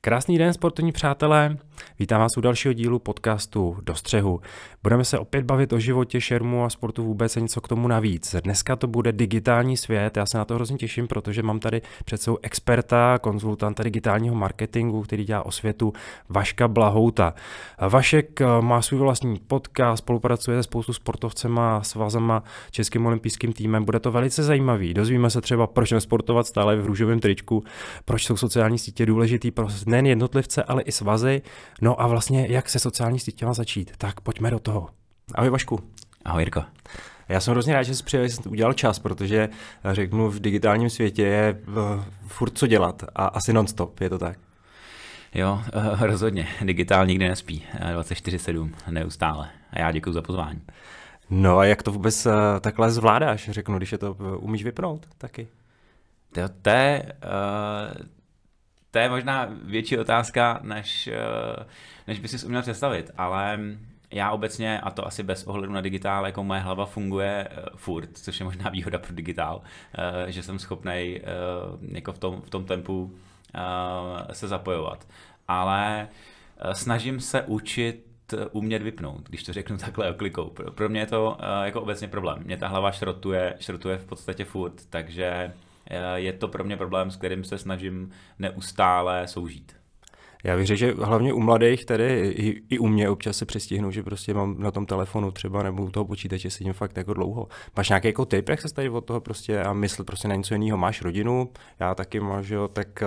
Krásný den, sportovní přátelé. Vítám vás u dalšího dílu podcastu Do střehu. Budeme se opět bavit o životě, šermu a sportu vůbec a něco k tomu navíc. Dneska to bude digitální svět, já se na to hrozně těším, protože mám tady před sebou experta, konzultanta digitálního marketingu, který dělá osvětu, Vaška Blahouta. Vašek má svůj vlastní podcast, spolupracuje se spoustu sportovcema, svazama, Českým olympijským týmem. Bude to velice zajímavý. Dozvíme se třeba, proč nesportovat stále v růžovém tričku, proč jsou sociální sítě důležitý pro nejen jednotlivce, ale i svazy. No a vlastně, jak se sociální sítěma začít. Tak pojďme do toho. Ahoj Vašku. Ahoj Jirko. Já jsem hrozně rád, že jsi přijel, že jsi udělal čas, protože řeknu, v digitálním světě je furt co dělat a asi non-stop, je to tak? Jo, rozhodně. Digitál nikdy nespí. 24/7, neustále. A já děkuji za pozvání. No a jak to vůbec takhle zvládáš, řeknu, když je to umíš vypnout taky? To je možná větší otázka, než by si uměl představit, ale já obecně, a to asi bez ohledu na digitál, jako moje hlava funguje furt, což je možná výhoda pro digitál, že jsem schopnej jako v tom tempu se zapojovat. Bude snažím se učit umět vypnout, když to řeknu takhle oklikou. Pro mě je to jako obecně problém. Mě ta hlava šrotuje v podstatě furt, takže je to pro mě problém, s kterým se snažím neustále soužít. Já bych řekl, že hlavně u mladých, tady i u mě občas se přestihnu, že prostě mám na tom telefonu třeba nebo u toho počítače sedím fakt jako dlouho. Máš nějaký jako tip, jak se tady od toho prostě a myslet prostě na něco jiného? Máš rodinu, já taky mám, že jo, tak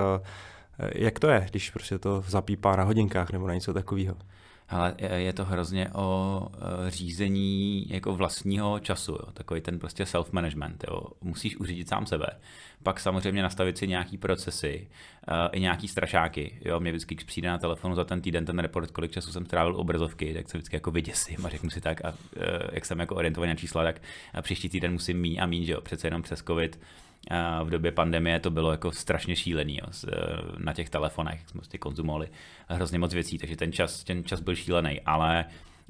jak to je, když prostě to zapípá na hodinkách nebo na něco takového? Ale je to hrozně o řízení jako vlastního času, jo. Takový ten prostě self-management. Jo. Musíš uřídit sám sebe. Pak samozřejmě nastavit si nějaký procesy, i nějaký strašáky. Jo. Mě vždycky, když přijde na telefonu za ten týden ten report, kolik času jsem strávil obrazovky, tak se vždycky jako vyděsím a řeknu si tak, a jak jsem jako orientovaný na čísla, tak příští týden musím míň a míň, že jo. Přece jenom přes covid. V době pandemie to bylo jako strašně šílený, jo. Na těch telefonech jsme prostě konzumovali hrozně moc věcí, takže ten čas byl šílený, ale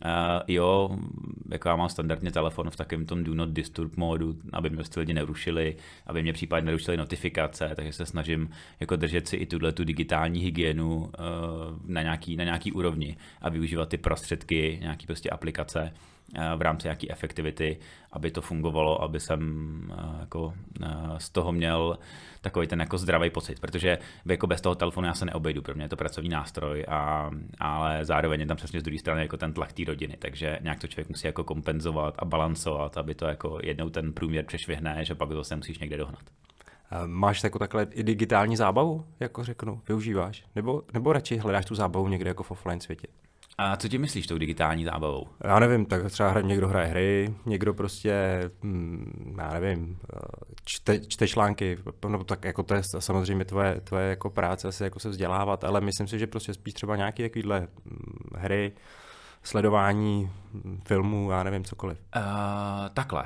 jo, jako já mám standardně telefon v takovém tom do not disturb módu, aby mě lidi nerušili, aby mě případně nerušily notifikace, takže se snažím jako držet si i tu digitální hygienu na nějaký úrovni a využívat ty prostředky, nějaký prostě aplikace v rámci nějaké efektivity, aby to fungovalo, aby jsem jako z toho měl takový ten jako zdravý pocit, protože jako bez toho telefonu já se neobejdu, pro mě je to pracovní nástroj, ale zároveň je tam přesně z druhé strany jako ten tlak té rodiny, takže nějak to člověk musí jako kompenzovat a balancovat, aby to jako jednou ten průměr přešvihne, že pak to se musíš někde dohnat. Máš takhle i digitální zábavu, jako řeknu, využíváš? Nebo radši hledáš tu zábavu někde jako v offline světě? A co ti myslíš tou digitální zábavou? Já nevím, tak třeba někdo hraje hry, někdo prostě, já nevím, čte články, no tak jako to je samozřejmě tvoje jako práce asi jako se vzdělávat, ale myslím si, že prostě spíš třeba nějaké takovéhle hry, sledování filmů, já nevím, cokoliv. Takhle.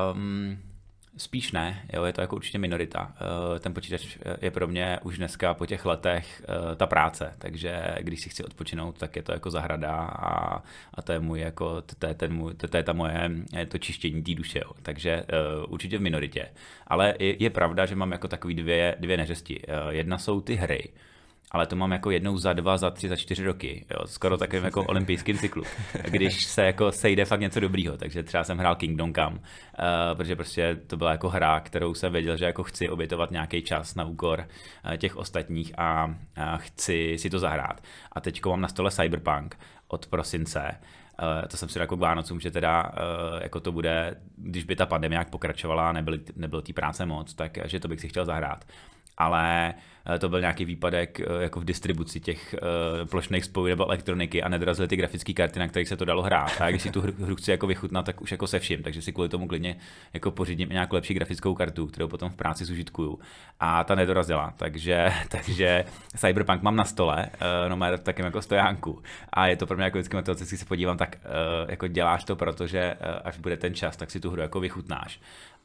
Spíš ne, jo, je to jako určitě minorita. Ten počítač je pro mě už dneska po těch letech ta práce, takže když si chci odpočinout, tak je to jako zahrada a to je můj jako, to je ta moje to čištění té duše, jo. Takže určitě v minoritě. Ale je pravda, že mám jako takový dvě neřesti. Jedna jsou ty hry, ale to mám jako jednou za 2, za 3, za 4 roky, jo, skoro takovým jako olympijským cyklu, když se jako sejde fakt něco dobrýho, takže třeba jsem hrál Kingdom Come, protože prostě to byla jako hra, kterou jsem věděl, že jako chci obětovat nějaký čas na úkor těch ostatních a chci si to zahrát. A teďko mám na stole Cyberpunk od prosince, to jsem si řekl k Vánocům, že teda jako to bude, když by ta pandemie jak pokračovala a nebylo té práce moc, tak že to bych si chtěl zahrát. Ale to byl nějaký výpadek jako v distribuci těch plošných spojů nebo elektroniky a nedorazily ty grafické karty, na kterých se to dalo hrát. A když si tu hru chci jako vychutnat, tak už jako se vším, takže si kvůli tomu klidně jako pořídím nějakou lepší grafickou kartu, kterou potom v práci zužitkuju. A ta nedorazila, takže Cyberpunk mám na stole, no má takým jako stojánku. A je to pro mě jako vždycky motivace, když se podívám, tak jako děláš to, protože až bude ten čas, tak si tu hru jako vychutnáš.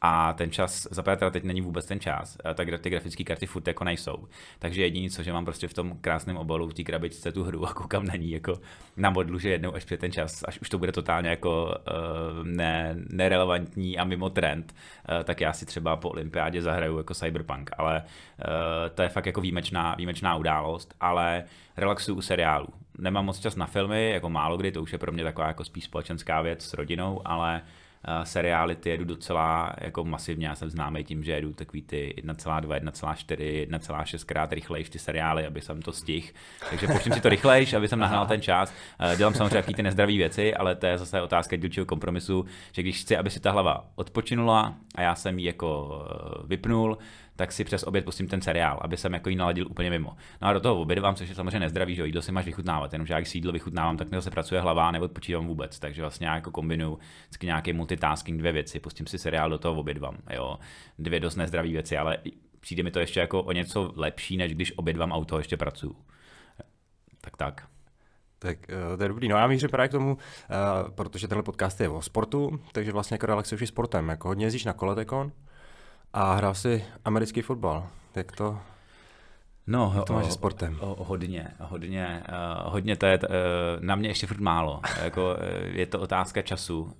A ten čas, zaprvé teda teď není vůbec ten čas, ty grafické karty furt jako nejsou. Takže jediné, co že mám prostě v tom krásném obalu, v té krabičce tu hru a koukám na ní jako na modlu, že jednou až přijde ten čas, až už to bude totálně jako nerelevantní a mimo trend, tak já si třeba po olympiádě zahraju jako Cyberpunk, ale to je fakt jako výjimečná událost, ale relaxuju u seriálů. Nemám moc čas na filmy, jako málo kdy, to už je pro mě taková jako spíš společenská věc s rodinou, ale seriály ty jedu docela jako masivně, já jsem známý tím, že jedu takový ty 1,2, 1,4, 1,6 krát rychlejš ty seriály, aby jsem to stihl. Takže pouštím si to rychlejš, aby jsem nahnal ten čas. Dělám samozřejmě takový ty nezdravé věci, ale to je zase otázka dílčího kompromisu, že když chci, aby si ta hlava odpočinula a já jsem ji jako vypnul, tak si přes oběd pustím ten seriál, aby jsem jako jí naladil úplně mimo. No a do toho obědvám, což je samozřejmě nezdravý, že jídlo si máš vychutnávat, jenomže jak si jídlo vychutnávám, tak mi zase pracuje hlava, nebo odpočívám vůbec. Takže vlastně já jako kombinuju vždycky nějaký multitasking, dvě věci, pustím si seriál, do toho obědvám, jo. Dvě dost nezdravé věci, ale přijde mi to ještě jako o něco lepší, než když obědvám auto ještě pracuju. Tak. Tak to je dobrý. No já mířím právě k tomu, protože tenhle podcast je o sportu, takže vlastně jako relaxuješ i sportem. Jako hodně jezdíš na kole tekon a hrál si americký fotbal. Jak to máš se sportem? Hodně to je na mě ještě furt málo. Jako, je to otázka času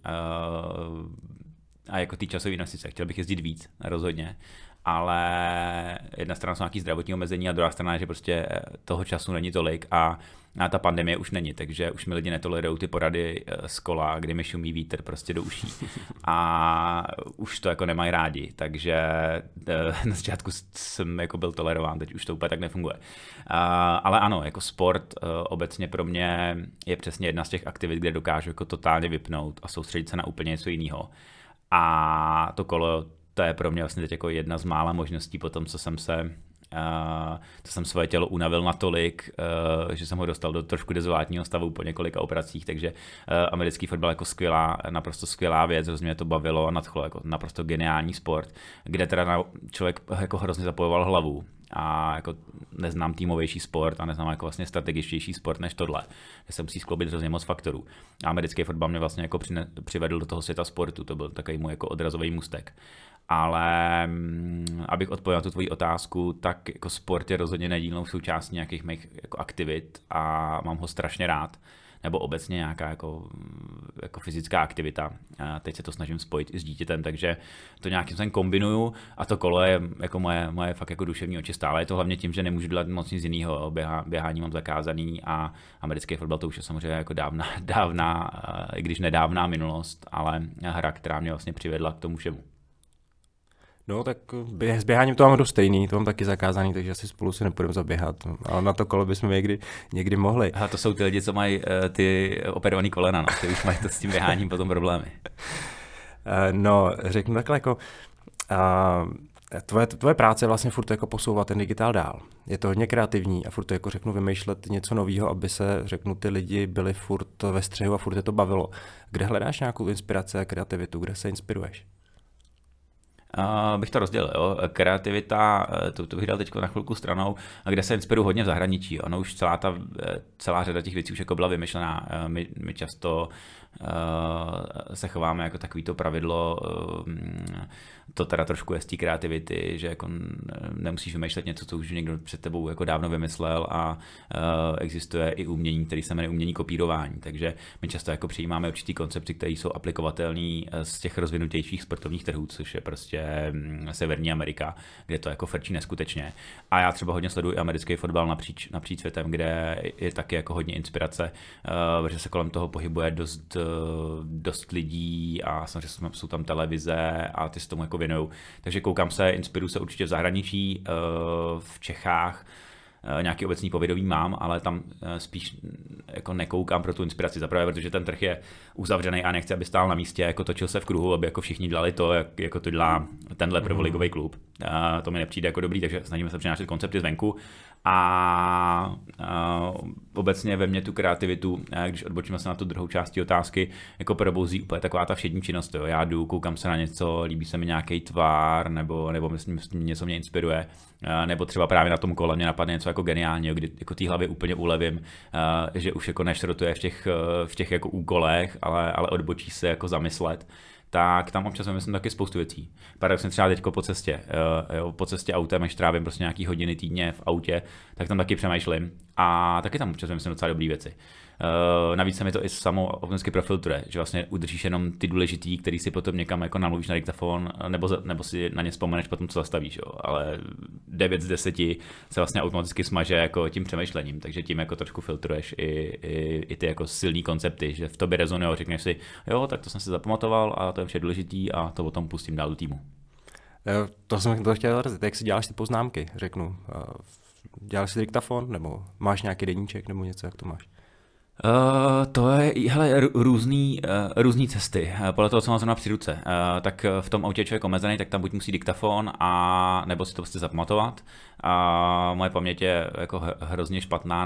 a jako ty časové investice. Chtěl bych jezdit víc, rozhodně. Ale jedna strana jsou nějaký zdravotní omezení a druhá strana je, že prostě toho času není tolik a ta pandemie už není, takže už mi lidi netolerují ty porady z kola, kdy mi šumí vítr prostě do uší a už to jako nemají rádi, takže na začátku jsem jako byl tolerován, teď už to úplně tak nefunguje. Ale ano, jako sport obecně pro mě je přesně jedna z těch aktivit, kde dokážu jako totálně vypnout a soustředit se na úplně něco jiného. A to kolo, to je pro mě vlastně teď jako jedna z mála možností po tom, co jsem svoje tělo unavil natolik, že jsem ho dostal do trošku dezolátního stavu po několika operacích, takže americký fotbal jako naprosto skvělá věc, hrozně mě to bavilo a nadchlo, jako naprosto geniální sport, kde teda člověk jako hrozně zapojoval hlavu a jako neznám týmovější sport a neznám jako vlastně strategičtější sport než tohle, že se musí skloubit hrozně moc faktorů. A americký fotbal mě vlastně jako přivedl do toho světa sportu, to byl takový můj jako odrazový můstek. Ale abych odpověděl na tu tvoji otázku, tak jako sport je rozhodně nedílnou součástí nějakých mých jako aktivit a mám ho strašně rád. Nebo obecně nějaká jako fyzická aktivita. A teď se to snažím spojit i s dítětem, takže to nějakým způsobem kombinuju a to kolo je jako moje fakt jako duševní očista. Ale je to hlavně tím, že nemůžu dělat moc nic jiného. Běhání mám zakázaný a americký fotbal to už je samozřejmě jako dávná, i když nedávná minulost, ale hra, která mě vlastně přivedla k tomu všemu. No tak s běháním to mám dost stejný, to mám taky zakázaný, takže asi spolu si nepůjdeme zaběhat, ale na to kolo bychom někdy mohli. A to jsou ty lidi, co mají ty operovaný kolena, no. Ty už mají to s tím běháním potom problémy. No, řeknu takhle jako, tvoje práce vlastně furt jako posouvat ten digitál dál. Je to hodně kreativní a furt jako řeknu vymýšlet něco nového, aby se řeknu ty lidi byli furt ve střehu a furt je to bavilo. Kde hledáš nějakou inspiraci a kreativitu, kde se inspiruješ? Bych to rozdělil, jo. Kreativita, to bych dal teď na chvilku stranou, kde se inspiruju hodně v zahraničí. Ono už celá řada těch věcí už jako byla vymyšlená. My často se chováme jako takovýto pravidlo, to teda trošku je z té kreativity, že jako nemusíš vymýšlet něco, co už někdo před tebou jako dávno vymyslel a existuje i umění, který se jmenuje umění kopírování. Takže my často jako přijímáme určitý koncepty, které jsou aplikovatelné z těch rozvinutějších sportovních trhů, což je prostě Severní Amerika, kde to jako frčí neskutečně. A já třeba hodně sleduji americký fotbal napříč světem, kde je taky jako hodně inspirace, protože se kolem toho pohybuje dost lidí a samozřejmě jsou tam televize a ty se tomu jako věnujou. Takže koukám se, inspiruju se určitě v zahraničí, v Čechách, nějaký obecný povědomí mám, ale tam spíš jako nekoukám pro tu inspiraci. Zaprvé, protože ten trh je uzavřený a nechci, aby stál na místě, jako točil se v kruhu, aby jako všichni dělali to, jako to dělá tenhle prvoligový klub. To mi nepřijde jako dobrý, takže snažíme se přinášet koncepty zvenku. A obecně ve mně tu kreativitu, když odbočíme se na tu druhou části otázky, jako probouzí úplně taková ta všední činnost. Jo. Já jdu, koukám se na něco, líbí se mi nějaký tvar, nebo myslím, něco mě inspiruje, nebo třeba právě na tom kole mě napadne něco jako geniálního, kdy jako té hlavě úplně ulevím, že už jako nešrotuje v těch jako úkolech, ale odbočí se jako zamyslet. tak tam občas myslím taky spoustu věcí. Paradoxně třeba teďko po cestě autem, až trávím prostě nějaký hodiny týdně v autě, tak tam taky přemýšlím a taky tam občas myslím docela dobrý věci. Navíc se mi to i samo automaticky profiltruje, že vlastně udržíš jenom ty důležitý, který si potom někam jako namluvíš na diktafon, nebo si na ně vzpomeneš potom, co zastavíš, jo. Ale 9 z 10 se vlastně automaticky smaže jako tím přemýšlením, takže tím jako trošku filtruješ i ty jako silný koncepty, že v tobě rezonuje, řekneš si, jo, tak to jsem si zapamatoval a to je vše důležitý a to potom pustím dál do týmu. To jsem to chtěl říct, jak si děláš ty poznámky, řeknu. Děláš si diktafon, nebo máš nějaký deníček, nebo něco, jak to máš? To je různý cesty, podle toho, co mám zrovna při ruce. Tak v tom autě je člověk omezený, tak tam buď musí diktafon, a nebo si to prostě zapamatovat. A moje paměť je jako hrozně špatná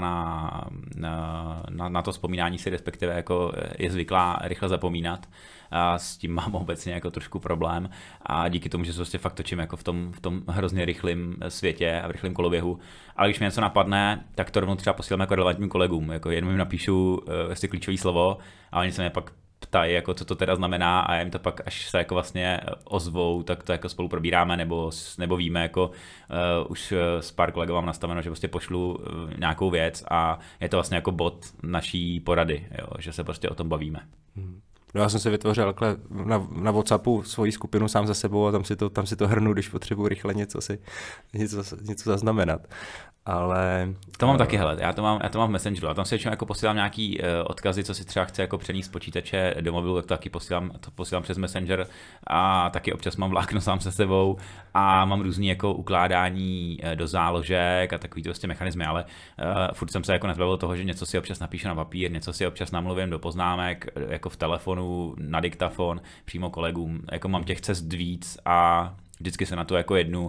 na to vzpomínání si, respektive jako je zvyklá rychle zapomínat. A s tím mám obecně jako trošku problém a díky tomu, že se prostě fakt točím jako v tom hrozně rychlém světě a v rychlém koloběhu. Ale když mi něco napadne, tak to rovnou třeba posílám jako relevantním kolegům, jako jenom jim napíšu klíčové slovo a oni se mě pak ptají, jako co to teda znamená a já jim to pak, až se jako vlastně ozvou, tak to jako spolu probíráme nebo víme, jako už s pár kolegů mám nastaveno, že prostě pošlu nějakou věc a je to vlastně jako bod naší porady, jo, že se prostě o tom bavíme. No já jsem si vytvořil na WhatsAppu svoji skupinu sám za sebou a tam si to hrnu, když potřebuji rychle něco zaznamenat. Ale to mám taky, hele, já to mám v Messengeru a tam si většinou jako posílám nějaký odkazy, co si třeba chce jako přenést z počítače do mobilu, tak to taky posílám přes Messenger a taky občas mám vlákno sám se sebou a mám různý jako ukládání do záložek a takový prostě mechanismy, ale furt jsem se jako nezbavil toho, že něco si občas napíšu na papír, něco si občas namluvím do poznámek, jako v telefonu, na diktafon, přímo kolegům, jako mám těch cest víc a vždycky se na to jako jednu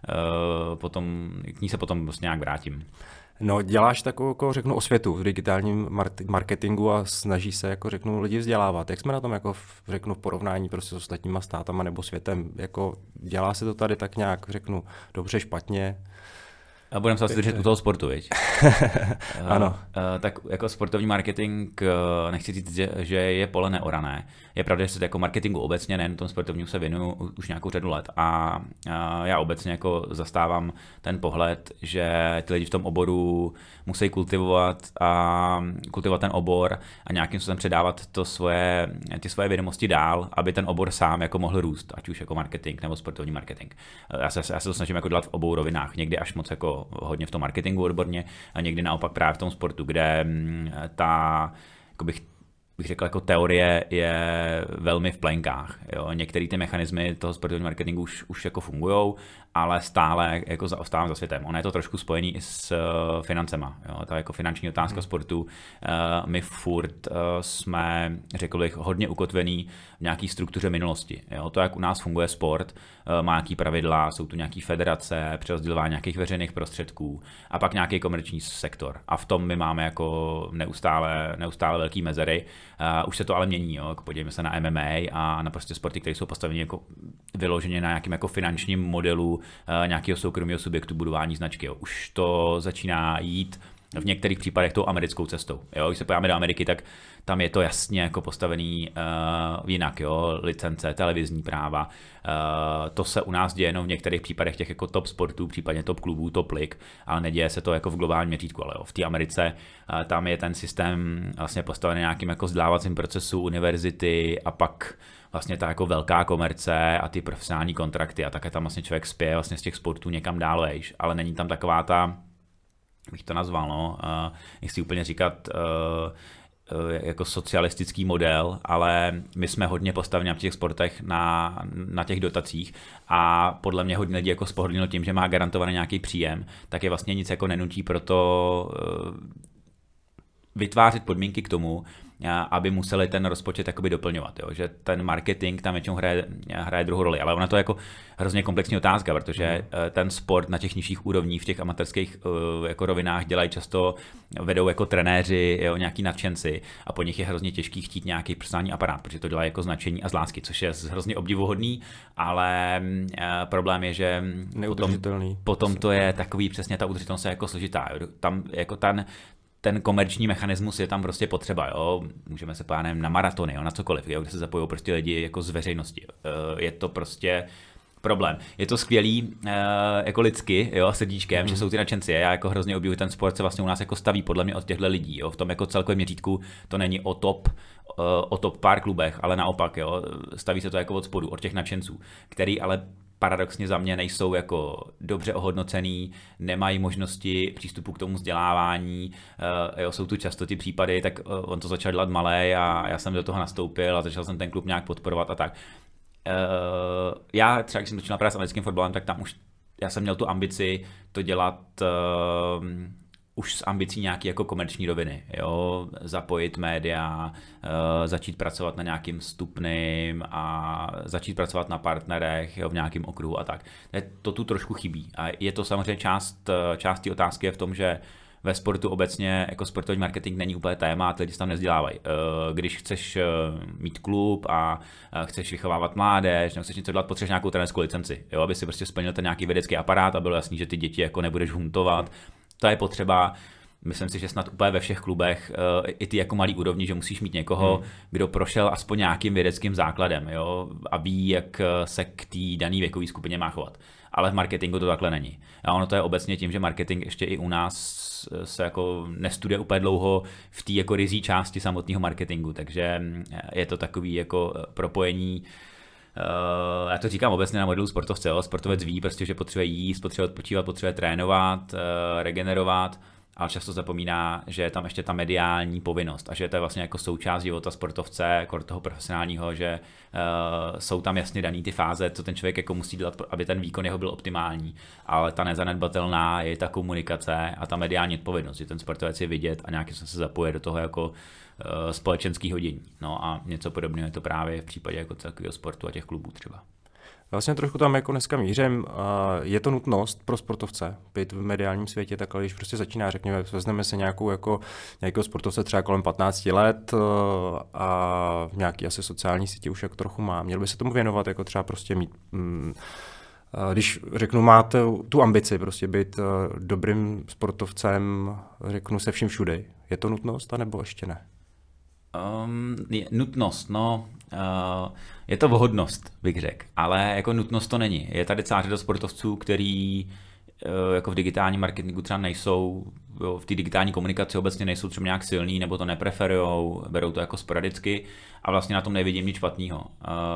k ní se potom prostě nějak vrátím. No, děláš takovou, jako řeknu, osvětu v digitálním marketingu a snažíš se, jako řeknu, lidi vzdělávat. Jak jsme na tom, jako řeknu, v porovnání prostě s ostatníma státama nebo světem? Jako dělá se to tady tak nějak, řeknu, dobře, špatně? A budeme se asi držet u toho sportu, viď? Ano. Tak jako sportovní marketing, nechci říct, že je pole neorané. Je pravda, že se jako marketingu obecně, nejen tom sportovnímu se věnuju už nějakou řadu let. A já obecně jako zastávám ten pohled, že ty lidi v tom oboru musí kultivovat ten obor a nějakým způsobem předávat ty svoje vědomosti dál, aby ten obor sám jako mohl růst, ať už jako marketing nebo sportovní marketing. Já se to snažím jako dělat v obou rovinách, někdy až moc jako hodně v tom marketingu odborně a někdy naopak právě v tom sportu, kde jako bych řekl, jako teorie je velmi v plenkách. Jo. Některé ty mechanismy toho sportovního marketingu už jako fungujou, ale stále jako zaostávám za světem. Ono je to trošku spojený i s financema. Jo. Ta jako finanční otázka sportu. My furt jsme, řekl bych, hodně ukotvený v nějaký struktuře minulosti. Jo. To, jak u nás funguje sport, má nějaký pravidla, jsou tu nějaký federace, přerozdělování nějakých veřejných prostředků a pak nějaký komerční sektor. A v tom my máme jako neustále velký mezery. Už se to ale mění, jo. Podívejme se na MMA a na prostě sporty, které jsou postaveny jako vyloženě na nějakým jako finančním modelu nějakého soukromého subjektu budování značky. Jo. Už to začíná jít v některých případech tou americkou cestou. Jo. Když se podíváme do Ameriky, tak tam je to jasně jako postavený jinak, jo. Licence, televizní práva. To se u nás děje jenom v některých případech těch jako top sportů, případně top klubů, top lig, ale neděje se to jako v globálním měřítku, ale jo. V té Americe tam je ten systém vlastně postavený nějakým jako vzdělávacím procesu univerzity a pak vlastně ta jako velká komerce a ty profesionální kontrakty a také tam vlastně člověk spěje vlastně z těch sportů někam dál vejš, ale není tam taková ta, bych to nazval, no, nechci úplně říkat jako socialistický model, ale my jsme hodně postaveni na těch sportech na těch dotacích a podle mě hodně lidí jako spohodlnilo tím, že má garantovaný nějaký příjem, tak je vlastně nic jako nenutí pro to vytvářet podmínky k tomu, aby museli ten rozpočet jakoby doplňovat, jo? Že ten marketing tam většinou hraje druhou roli, ale ona to je jako hrozně komplexní otázka, protože ten sport na těch nižších úrovních, v těch amatérských jako rovinách vedou jako trenéři, jo, nějaký nadšenci a po nich je hrozně těžký chtít nějaký personální aparát, protože to dělají jako značení a z lásky, což je hrozně obdivuhodný, ale problém je, že potom to je takový přesně ta udržitelnost je jako složitá, jo? Tam jako ten komerční mechanismus je tam prostě potřeba, jo. Můžeme se podívat na maratony, jo, na cokoliv, jo, kde se zapojí prostě lidi jako z veřejnosti. Je to prostě problém. Je to skvělý jako lidsky, jo, srdíčkem, že jsou ty nadšenci. Já jako hrozně obdivuji, ten sport se vlastně u nás jako staví podle mě od těchto lidí, jo. V tom jako celkovém měřítku to není o top pár klubech, ale naopak, jo, staví se to jako od spodu, od těch nadšenců, který ale paradoxně za mě nejsou jako dobře ohodnocený, nemají možnosti přístupu k tomu vzdělávání, jo, jsou tu často ty případy, tak on to začal dělat malé a já jsem do toho nastoupil a začal jsem ten klub nějak podporovat a tak. Já třeba, když jsem začínal právě s americkým fotbalem, tak tam už já jsem měl tu ambici to dělat už s ambicí nějaký jako komerční roviny, jo, zapojit média, začít pracovat na nějakým vstupným a začít pracovat na partnerech, jo, v nějakém okruhu a tak. To tu trošku chybí a je to samozřejmě část té otázky je v tom, že ve sportu obecně jako sportovní marketing není úplně téma a ty lidi se tam nevzdělávají. Když chceš mít klub a chceš vychovávat mládež, nebo chceš něco dělat, potřebuješ nějakou trenérskou licenci, jo, aby si prostě splnil ten nějaký vědecký aparát a bylo jasný, že ty děti jako nebudeš huntovat. To je potřeba, myslím si, že snad úplně ve všech klubech, i ty jako malý úrovni, že musíš mít někoho, kdo prošel aspoň nějakým vědeckým základem, jo, a ví, jak se k té dané věkové skupině má chovat. Ale v marketingu to takhle není. A ono to je obecně tím, že marketing ještě i u nás se jako nestuduje úplně dlouho v té jako rizí části samotného marketingu, takže je to takový jako propojení. Já to říkám obecně na modelu sportovce, jo. Sportovec ví prostě, že potřebuje jíst, potřebuje odpočívat, potřebuje trénovat, regenerovat, ale často zapomíná, že je tam ještě ta mediální povinnost a že to je vlastně jako součást života sportovce, jako toho profesionálního, že jsou tam jasně daný ty fáze, co ten člověk jako musí dělat, aby ten výkon jeho byl optimální, ale ta nezanedbatelná je ta komunikace a ta mediální odpovědnost, že ten sportovec je vidět a nějakým se zapoje do toho jako společenského dění. No a něco podobného je to právě v případě jako celkového sportu a těch klubů třeba. Vlastně trošku tam jako dneska mířím, je to nutnost pro sportovce být v mediálním světě, takhle když prostě začíná, řekněme, vezmeme se nějakého sportovce třeba kolem 15 let a v nějaký asi sociální sítě už jako trochu má. Měl by se tomu věnovat, jako třeba prostě mít, když řeknu, máte tu ambici prostě být dobrým sportovcem, řeknu se vším všude. Je to nutnost, anebo ještě ne? Nutnost, no, je to vhodnost, bych řekl, ale jako nutnost to není. Je tady celá řada sportovců, který jako v digitálním marketingu třeba nejsou, v té digitální komunikaci obecně nejsou třeba nějak silný, nebo to nepreferujou, berou to jako sporadicky a vlastně na tom nevidím nic špatného.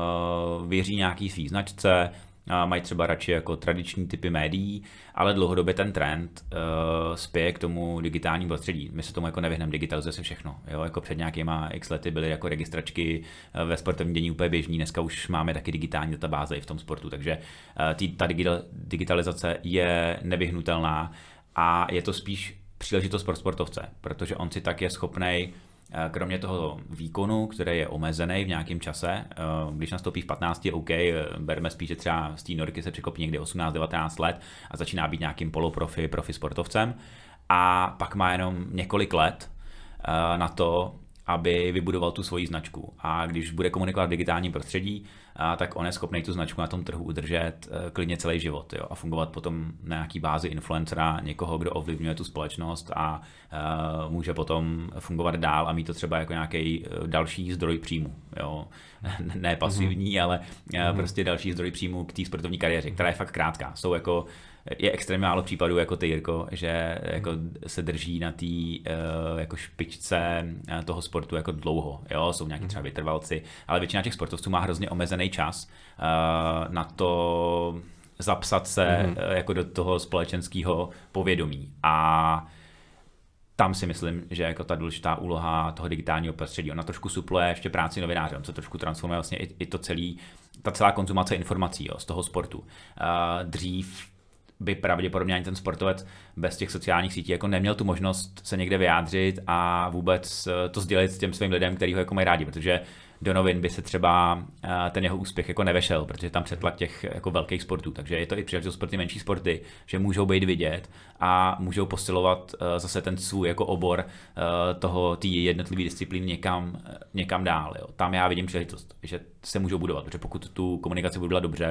Věří nějaký svý značce, mají třeba radši jako tradiční typy médií, ale dlouhodobě ten trend spěje k tomu digitálnímu prostředí. My se tomu jako nevyhneme, digitalizuje se všechno. Jo? Jako před nějakýma x lety byly jako registračky ve sportovním dění úplně běžný, dneska už máme taky digitální databáze i v tom sportu, takže ta digitalizace je nevyhnutelná a je to spíš příležitost pro sportovce, protože on si tak je schopnej kromě toho výkonu, který je omezený v nějakém čase, když nastoupí v 15, OK, bereme spíš, že třeba z té norky se překopí někdy 18-19 let a začíná být nějakým poloprofi, profi sportovcem a pak má jenom několik let na to, aby vybudoval tu svoji značku. A když bude komunikovat v digitálním prostředí, tak on je schopný tu značku na tom trhu udržet klidně celý život, jo, a fungovat potom na nějaký bázi influencera, někoho, kdo ovlivňuje tu společnost a může potom fungovat dál a mít to třeba jako nějaký další zdroj příjmu. Jo. Ne pasivní, ale prostě další zdroj příjmu k té sportovní kariéře, která je fakt krátká. Je extrémně málo případů jako ty, Jirko, že jako se drží na té jako špičce toho sportu jako dlouho. Jo? Jsou nějaký třeba vytrvalci, ale většina těch sportovců má hrozně omezený čas na to zapsat se jako do toho společenského povědomí. A tam si myslím, že jako ta důležitá úloha toho digitálního prostředí, ona trošku supluje ještě práci novináře, on se trošku transformuje vlastně i to ta celá konzumace informací, jo, z toho sportu. Dřív by pravděpodobně ani ten sportovec bez těch sociálních sítí jako neměl tu možnost se někde vyjádřit a vůbec to sdělit s těm svým lidem, který ho jako mají rádi, protože do novin by se třeba ten jeho úspěch jako nevešel, protože tam přetlak těch jako velkých sportů, takže je to i příležitost pro ty menší sporty, že můžou být vidět a můžou posilovat zase ten svůj jako obor té jednotlivé disciplíny někam dál. Jo. Tam já vidím příležitost, že se můžou budovat, protože pokud tu komunikaci bude dobře,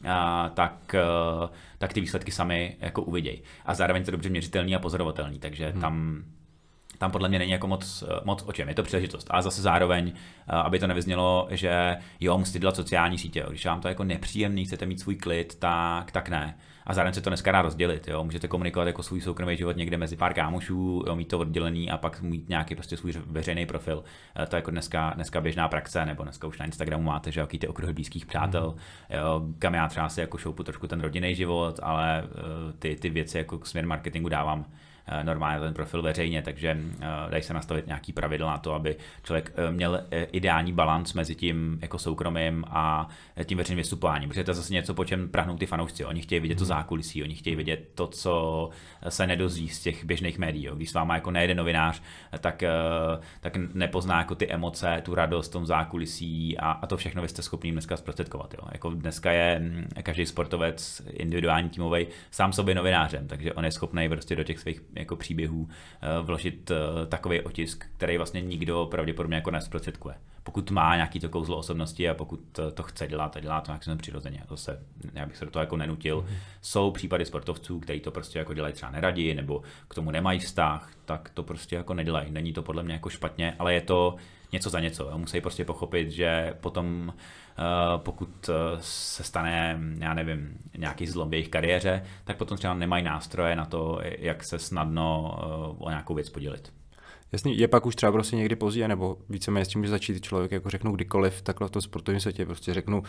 tak ty výsledky sami jako uvidějí. A zároveň to dobře měřitelný a pozorovatelný, takže tam tam podle mě není jako moc o čem, je to příležitost. A zase zároveň, aby to nevyznělo, že jo, musíte dělat sociální sítě, jo. Když vám to jako nepříjemný, chcete mít svůj klid, tak ne. A zároveň se to dneska dá rozdělit, jo. Můžete komunikovat jako svůj soukromý život někde mezi pár kámošů, jo, mít to oddělený a pak mít nějaký prostě svůj veřejný profil. To je jako dneska běžná praxe, nebo dneska už na Instagramu máte, že jaký ty okruhy blízkých přátel, jo, kam já třeba si jako šoupu trošku ten rodinný život, ale ty věci jako směr marketingu dávám normálně ten profil veřejně, takže dají se nastavit nějaký pravidla na to, aby člověk měl ideální balanc mezi tím jako soukromým a tím veřejným vystupováním, protože to je zase něco, po čem prahnou ty fanoušci. Oni chtějí vidět to zákulisí, oni chtějí vidět to, co se nedozví z těch běžných médií. Jo. Když s váma jako nejede novinář, tak nepozná jako ty emoce, tu radost v tom zákulisí a to všechno vy jste schopný dneska zprostředkovat. Jo. Jako dneska je každý sportovec individuální týmový sám sobě novinářem, takže on je schopný prostě do těch svých jako příběhů vložit takový otisk, který vlastně nikdo pravděpodobně jako nezprostředkuje. Pokud má nějaký to kouzlo osobnosti a pokud to chce dělat a dělá to nějak přirozeně. Zase já bych se do toho jako nenutil. Jsou případy sportovců, kteří to prostě jako dělají třeba neradi nebo k tomu nemají vztah, tak to prostě jako nedělají. Není to podle mě jako špatně, ale je to něco za něco. Musí prostě pochopit, že potom pokud se stane, já nevím, nějaký zlom v jejich kariéře, tak potom třeba nemají nástroje na to, jak se snadno o nějakou věc podělit. Jasný, je pak už třeba prostě někdy pozdě, nebo víceméně s tím může začít člověk, jako řeknu kdykoliv, takhle v tom sportovním světě, prostě řeknu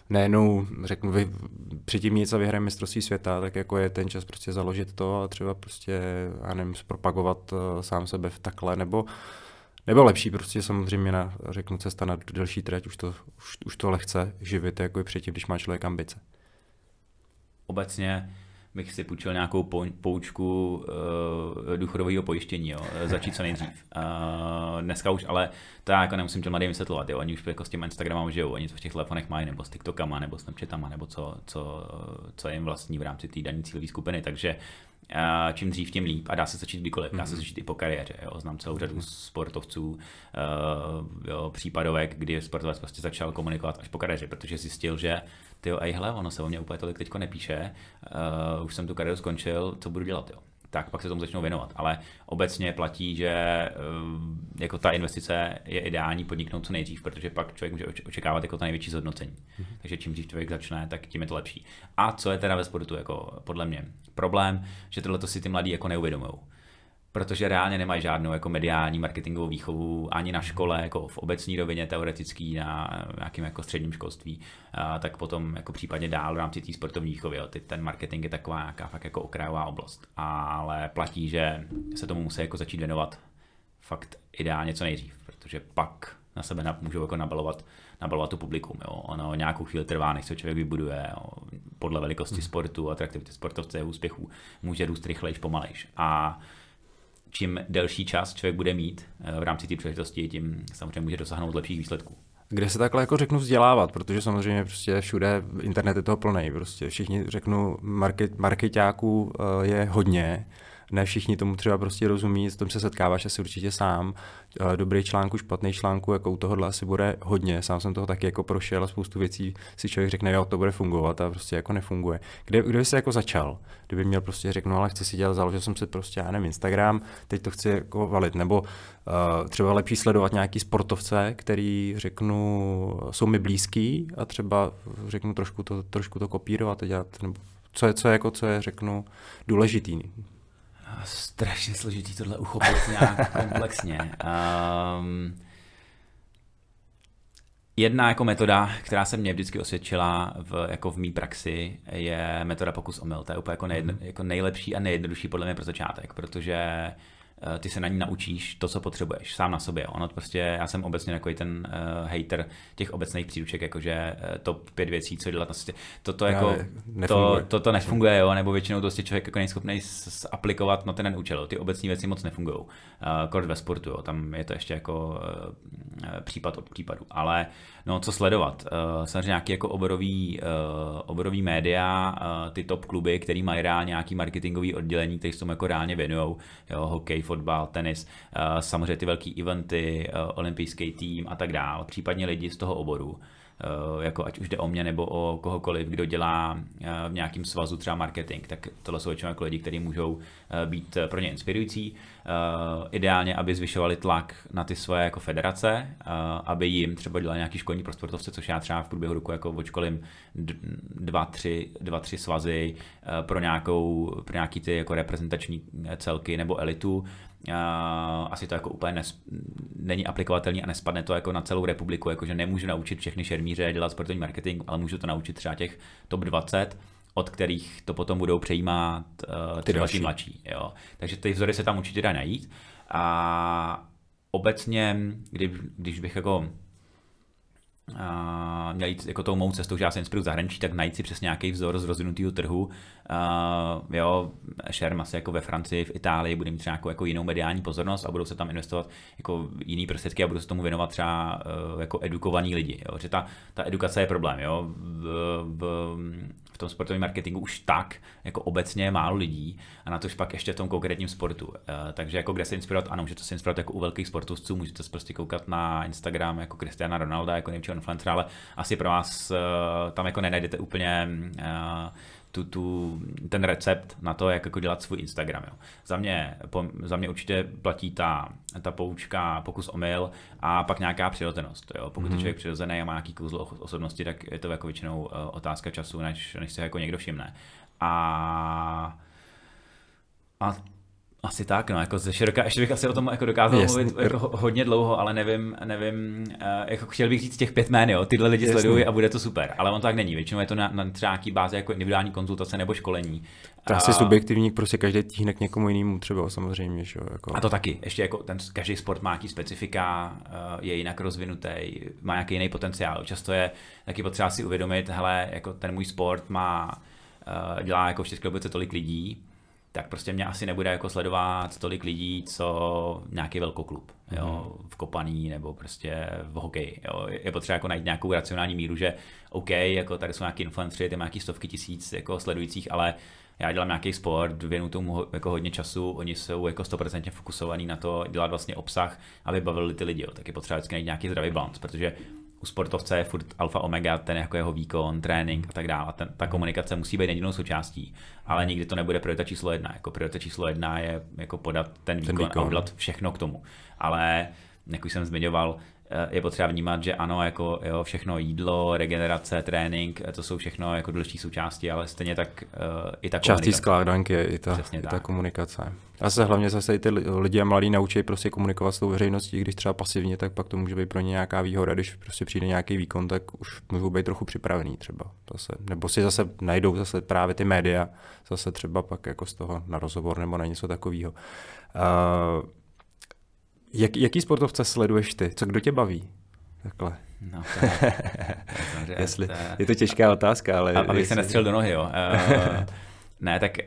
předtím nic a vyhrajeme mistrovství světa, tak jako je ten čas prostě založit to a třeba prostě, já nevím, zpropagovat sám sebe v takhle, nebo lepší prostě samozřejmě řeknu cesta na delší trať, už to lehce živit, jako i předtím, když má člověk ambice. Obecně bych si půjčil nějakou poučku důchodového pojištění, jo. Začít co nejdřív. Dneska už, ale to já jako nemusím těm mladým vysvětlovat, jo. Oni už jako s těma Instagramama žijou, oni to v těch telefonech mají, nebo s TikTokama, nebo Snapchatama, nebo co jim vlastní v rámci té dané cílové skupiny, takže čím dřív, tím líp a dá se začít kdykoliv, dá se začít i po kariéře, jo. Znám celou řadu sportovců, případovek, kdy sportovec prostě začal komunikovat až po kariéře, protože zjistil, že ono se o mě úplně tolik teďko nepíše, už jsem tu kariéru skončil, co budu dělat, jo. Tak pak se tomu začnou věnovat, ale obecně platí, že jako ta investice je ideální podniknout co nejdřív, protože pak člověk může očekávat jako ta největší zhodnocení. Takže čím dřív člověk začne, tak tím je to lepší. A co je teda ve sportu jako podle mě problém, že tohleto si ty mladí jako neuvědomujou. Protože reálně nemají žádnou jako mediální marketingovou výchovu ani na škole, jako v obecní rovině teoretický, na nějakém jako středním školství, tak potom jako případně dál v rámci té sportovní výchovy. Ten marketing je taková nějaká fakt jako okrajová oblast. Ale platí, že se tomu musí jako začít věnovat fakt ideálně co nejdřív, protože pak na sebe můžou jako nabalovat tu publikum. Jo. Ono nějakou chvíli trvá, než se člověk vybuduje. Jo. Podle velikosti sportu, atraktivity sportovce, úspěchů může růst rychlejš, pomalejš. A čím delší čas člověk bude mít v rámci té příležitosti, tím samozřejmě může dosáhnout lepších výsledků. Kde se takhle jako řeknu vzdělávat, protože samozřejmě prostě všude internet je toho plnej, prostě všichni řeknu markeťáků je hodně, ne všichni tomu třeba prostě rozumí, s tom se setkáváš asi určitě sám, dobrý článku, špatný článku, jako u tohohle asi bude hodně, sám jsem toho taky jako prošel a spoustu věcí si člověk řekne, jo, to bude fungovat a prostě jako nefunguje. Kde by se jako začal? Kdyby měl prostě řeknu, ale chci si dělat, založil jsem si prostě, já nevím, Instagram, teď to chci jako valit, nebo třeba lepší sledovat nějaký sportovce, který řeknu, jsou mi blízký a třeba řeknu trošku to kopírovat a dělat, nebo co je řeknu důležitý. Strašně složitý tohle uchopit nějak komplexně. Jedna jako metoda, která se mě vždycky osvědčila v mý praxi, je metoda pokus omyl. To je úplně jako nejlepší a nejjednodušší podle mě pro začátek, protože ty se na ní naučíš to, co potřebuješ, sám na sobě. Ono prostě, já jsem obecně takový ten hater těch obecných příruček, jakože top 5 věcí, co dělat na světě. To nefunguje, jo, nebo většinou to prostě člověk jako nejschopný aplikovat na ten účel. Ty obecní věci moc nefungují. Kort ve sportu, jo, tam je to ještě jako případ od případu. Ale no, co sledovat? Samozřejmě nějaký jako oborový média, ty top kluby, který mají reálně nějaký marketingový oddělení, který se tomu jako reálně věnujou, jo, hokej, fotbal, tenis, samozřejmě ty velký eventy, olympijský tým a tak dále, případně lidi z toho oboru, jako ať už jde o mě nebo o kohokoliv, kdo dělá v nějakém svazu třeba marketing, tak tohle jsou většinou jako lidi, kteří můžou být pro ně inspirující. Ideálně, aby zvyšovali tlak na ty svoje jako federace, aby jim třeba dělali nějaký školní pro sportovce, což já třeba v průběhu roku jako odškolím 2-3 svazy pro nějaký ty jako reprezentační celky nebo elitu. Asi to jako úplně není aplikovatelný a nespadne to jako na celou republiku, jakože nemůžu naučit všechny šermíře dělat sportovní marketing, ale můžu to naučit třeba těch top 20, od kterých to potom budou přejímat třeba ty mladší. Jo. Takže ty vzory se tam určitě dá najít. A obecně, když bych jako měl jít jako tou mou cestou, že já se inspiruju v zahraničí, tak najít si přesně nějaký vzor z rozvinutého trhu. Jo, Sherm asi jako ve Francii, v Itálii bude mít třeba jako jinou mediální pozornost a budou se tam investovat jako jiný prostředky a budou se tomu věnovat třeba jako edukovaní lidi. Jo. Že ta edukace je problém. Jo. V tom sportovním marketingu už tak jako obecně málo lidí a na to pak ještě v tom konkrétním sportu. Takže jako kde se inspirovat, ano, můžete se inspirovat jako u velkých sportovců, můžete se prostě koukat na Instagram jako Cristiana Ronalda, jako největšího influencera, ale asi pro vás tam jako nenajdete úplně ten recept na to, jak jako dělat svůj Instagram. Jo. Za mě určitě platí ta poučka pokus omyl a pak nějaká přirozenost. Jo. Pokud je člověk přirozený a má nějaký kouzlo osobnosti, tak je to jako většinou otázka času, než se jako někdo všimne. A asi tak, no, jako ze široka, ještě bych asi o tom jako dokázal mluvit jako hodně dlouho, ale nevím, jako chtěl bych říct těch 5 jmén, jo, tyhle lidi sledují a bude to super, ale on tak není, většinou je to na třeba nějaký bázi jako individuální konzultace nebo školení. To asi subjektivní, prostě každý tíhne k někomu jinému třeba samozřejmě, že jo. Jako. A to taky, ještě jako každý sport má nějaký specifika, je jinak rozvinutý, má nějaký jiný potenciál, často je taky potřeba si uvědomit, hele, jako ten můj sport dělá jako v České republice tolik lidí, tak prostě mě asi nebude jako sledovat tolik lidí, co nějaký velkoklub, jo, v kopaní nebo prostě v hokeji. Jo. Je potřeba jako najít nějakou racionální míru, že OK, jako tady jsou nějaký influenceři, ty má nějaký stovky tisíc jako sledujících, ale já dělám nějaký sport, věnu tomu jako hodně času, oni jsou jako 100% fokusovaní na to dělat vlastně obsah, aby bavili ty lidi. Jo. Tak je potřeba vždycky najít nějaký zdravý balans, protože u sportovce je furt alfa omega, ten jako jeho výkon, trénink a tak dále. Ta komunikace musí být jedinou součástí, ale nikdy to nebude priorita číslo 1. Jako priorita číslo 1 je jako podat ten výkon a udělat všechno k tomu. Ale, jak už jsem zmiňoval, je potřeba vnímat, že ano, jako jo, všechno jídlo, regenerace, trénink, to jsou všechno jako důležité součásti, ale stejně tak i ta částí skládanky je i ta komunikace. A se hlavně zase i ty lidi a mladí naučí prostě komunikovat s tou veřejností, když třeba pasivně, tak pak to může být pro ně nějaká výhoda, když prostě přijde nějaký výkon, tak už můžou být trochu připravený třeba zase. Nebo si zase najdou zase právě ty média, zase třeba pak jako z toho na rozhovor nebo na něco takového. Jaký sportovce sleduješ ty? Kdo tě baví? Takhle. No, je to těžká otázka, ale... Abych se nestřel do nohy, jo. Ne, tak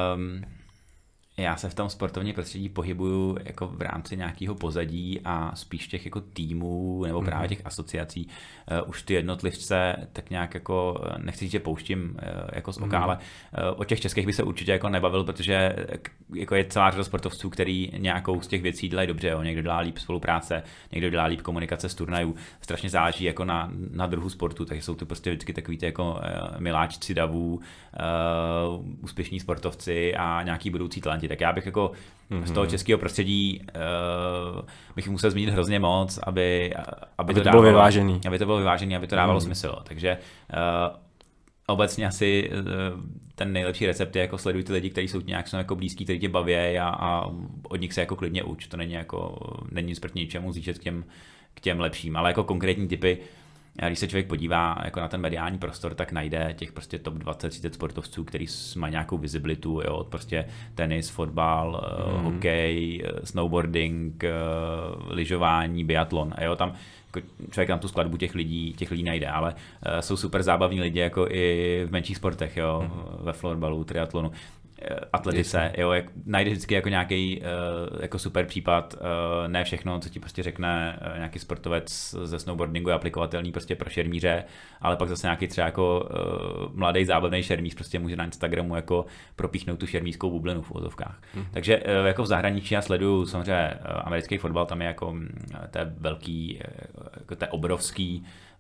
já se v tom sportovním prostředí pohybuju jako v rámci nějakého pozadí a spíš těch jako týmů nebo právě těch asociací. Už ty jednotlivce tak nějak jako, nechci říct, že pouštím jako z oka, ale o těch českých by se určitě jako nebavil, protože jako je celá řada sportovců, který nějakou z těch věcí dělají dobře. Jo. Někdo dělá líp spolupráce, někdo dělá líp komunikace z turnajů. Strašně záleží jako na druhu sportu, takže jsou to prostě vždycky takový ty jako miláčci davů, úspěšní sportovci a nějaký budoucí talenti. Tak já bych jako z toho českého prostředí bych musel zmínit hrozně moc, aby to bylo vyvážený. Aby to bylo vyvážený, aby to dávalo smysl. Takže obecně asi ten nejlepší recept je jako sleduj ty lidi, kteří jsou nějak jako blízký, kteří tě baví a od nich se jako klidně uč. To není nic proti ničemu zjíždět k těm lepším, ale jako konkrétní typy. Když se člověk podívá jako na ten mediální prostor, tak najde těch prostě top 20-30 sportovců, kteří mají nějakou visibilitu, jo, prostě tenis, fotbal, hokej, snowboarding, lyžování, biatlon. A jo, tam jako člověk tam tu skladbu těch lidí najde, ale jsou super zábavní lidi jako i v menších sportech, jo, ve florbalu, triatlonu, atletice, jo, najdeš vždycky jako nějaký jako super případ, ne všechno, co ti prostě řekne nějaký sportovec ze snowboardingu je aplikovatelný prostě pro šermíře, ale pak zase nějaký třeba jako mladý zábavný šermíř prostě může na Instagramu jako propíchnout tu šermířskou bublinu v uvozovkách. Takže jako v zahraničí já sleduju samozřejmě americký fotbal, tam je jako to je velký, jako to je obrovský,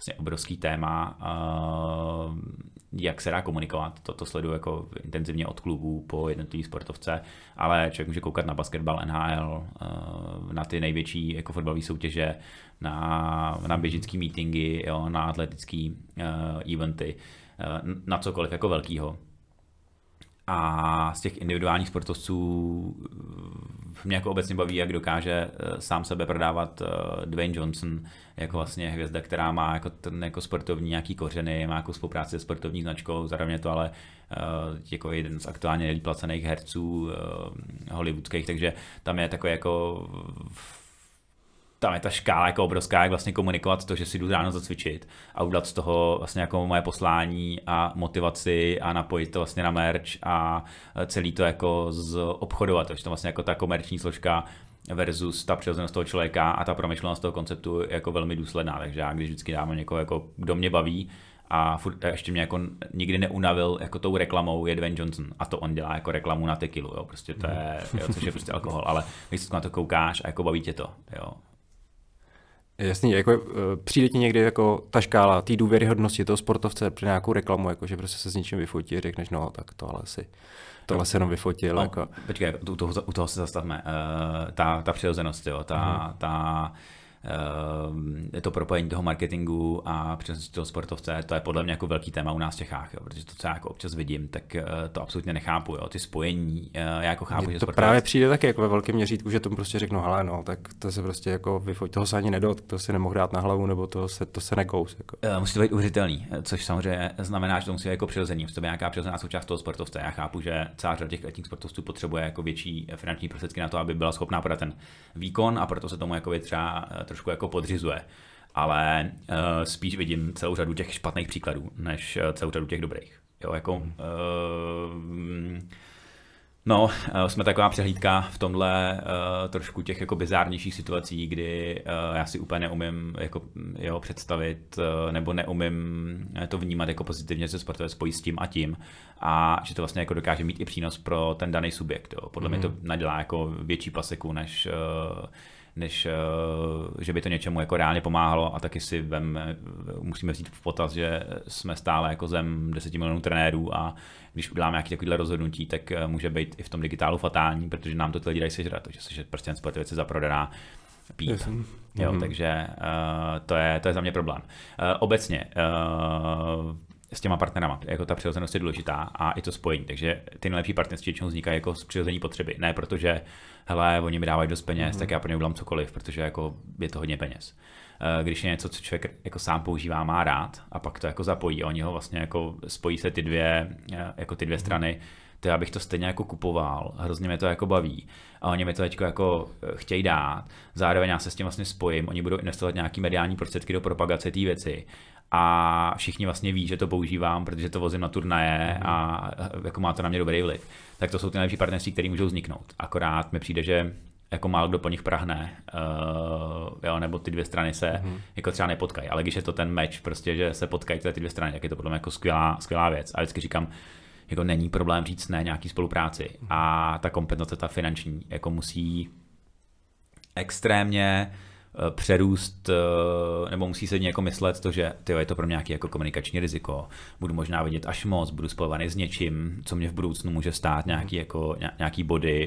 vlastně obrovský téma, jak se dá komunikovat. To sleduju jako intenzivně od klubů po jednotlivý sportovce, ale člověk může koukat na basketbal, NHL, na ty největší jako fotbalové soutěže, na běžický meetingy, jo, na atletický eventy, na cokoliv jako velkýho. A z těch individuálních sportovců mě jako obecně baví, jak dokáže sám sebe prodávat Dwayne Johnson jako vlastně hvězda, která má jako ten jako sportovní nějaký kořeny, má jako spolupráci se sportovní značkou, zároveň to ale jako jeden z aktuálně nejlépe placených herců hollywoodských, takže tam je takový jako tam je ta škála jako obrovská, jak vlastně komunikovat to, že si jdu ráno zacvičit a udělat z toho vlastně jako moje poslání a motivaci a napojit to vlastně na merch a celý to jako obchodovat, takže to vlastně jako ta komerční složka versus ta přirozenost toho člověka a ta promyšlenost toho konceptu je jako velmi důsledná, takže já když vždycky dávám někoho, jako, kdo mě baví a ještě mě jako nikdy neunavil jako tou reklamou je Dwayne Johnson a to on dělá jako reklamu na tequilu, jo, prostě to je, jo, což je prostě alkohol, ale když na to koukáš a jako baví tě to, jo. Jasný, jako přijde ti někdy jako ta škála té důvěryhodnosti toho sportovce při nějakou reklamu, jako že prostě se s něčím vyfotí a řekneš, no tak tohle se jenom vyfotil. No, jako. Počkej, u toho se zastavme. Ta přirozenost, jo, to propojení toho marketingu a přesně toho sportovce, to je podle mě jako velký téma u nás v Čechách, jo, protože to, co já jako občas vidím, tak to absolutně nechápu, jo, ty spojení, já jako chápu, že to právě přijde taky jako ve velkém měřítku, že tomu prostě řeknu, hele no, tak to se prostě jako vyfoť, toho se ani nedot, to si nemohl dát na hlavu, nebo to se nekous. Jako. Musí to být uvěřitelný, což samozřejmě znamená, že to musí být jako přirozený, musí to být nějaká přirozená součást toho sportovce. Já chápu, že celá řada těch letních sportovců potřebuje jako větší finanční prostředky na to, aby byla schopná podat ten výkon a proto se tomu jako třeba trošku jako podřizuje. Ale spíš vidím celou řadu těch špatných příkladů, než celou řadu těch dobrých. Jo, jako, jsme taková přehlídka v tomhle trošku těch jako bizárnějších situací, kdy já si úplně neumím jako, představit nebo neumím to vnímat jako pozitivně, že sportovec spojí s tím a tím a že to vlastně jako dokáže mít i přínos pro ten daný subjekt. Jo. Podle mě to nadělá jako větší paseku, než že by to něčemu jako reálně pomáhalo a taky si musíme vzít v potaz, že jsme stále jako zem 10 milionů trenérů a když uděláme nějaké takovéhle rozhodnutí, tak může být i v tom digitálu fatální, protože nám to ty lidi dají sežrat, že prostě ten sportovec se zaprodaná pít. Jo, takže to je za mě problém. Obecně s těma partnerama, jako ta přirozenost je důležitá a i to spojení, takže ty nejlepší partnerství většinou vznikají jako z přirození potřeby, ne protože hele, oni mi dávají dost peněz, tak já pro ně udělám cokoliv, protože jako je to hodně peněz. Když je něco, co člověk jako sám používá, má rád a pak to jako zapojí a oni ho vlastně jako spojí se ty dvě strany, to já bych to stejně jako kupoval, hrozně mě to jako baví a oni mi to teď jako chtějí dát, zároveň já se s tím vlastně spojím, oni budou investovat nějaký mediální prostředky do propagace té věci a všichni vlastně ví, že to používám, protože to vozím na turnaje a jako má to na mě dobrý vliv. Tak to jsou ty nejlepší partnerství, které můžou vzniknout. Akorát mi přijde, že jako málo kdo po nich prahne, nebo ty dvě strany se jako třeba nepotkají. Ale když je to ten match, prostě, že se potkají ty dvě strany, tak je to podle mě jako skvělá věc. A vždycky říkám, jako není problém říct ne nějaký spolupráci. A ta kompenzace, ta finanční, jako musí extrémně přerůst, nebo musí se jako myslet to, že je to pro mě nějaký jako komunikační riziko, budu možná vidět až moc, budu spojovaný s něčím, co mě v budoucnu může stát nějaký body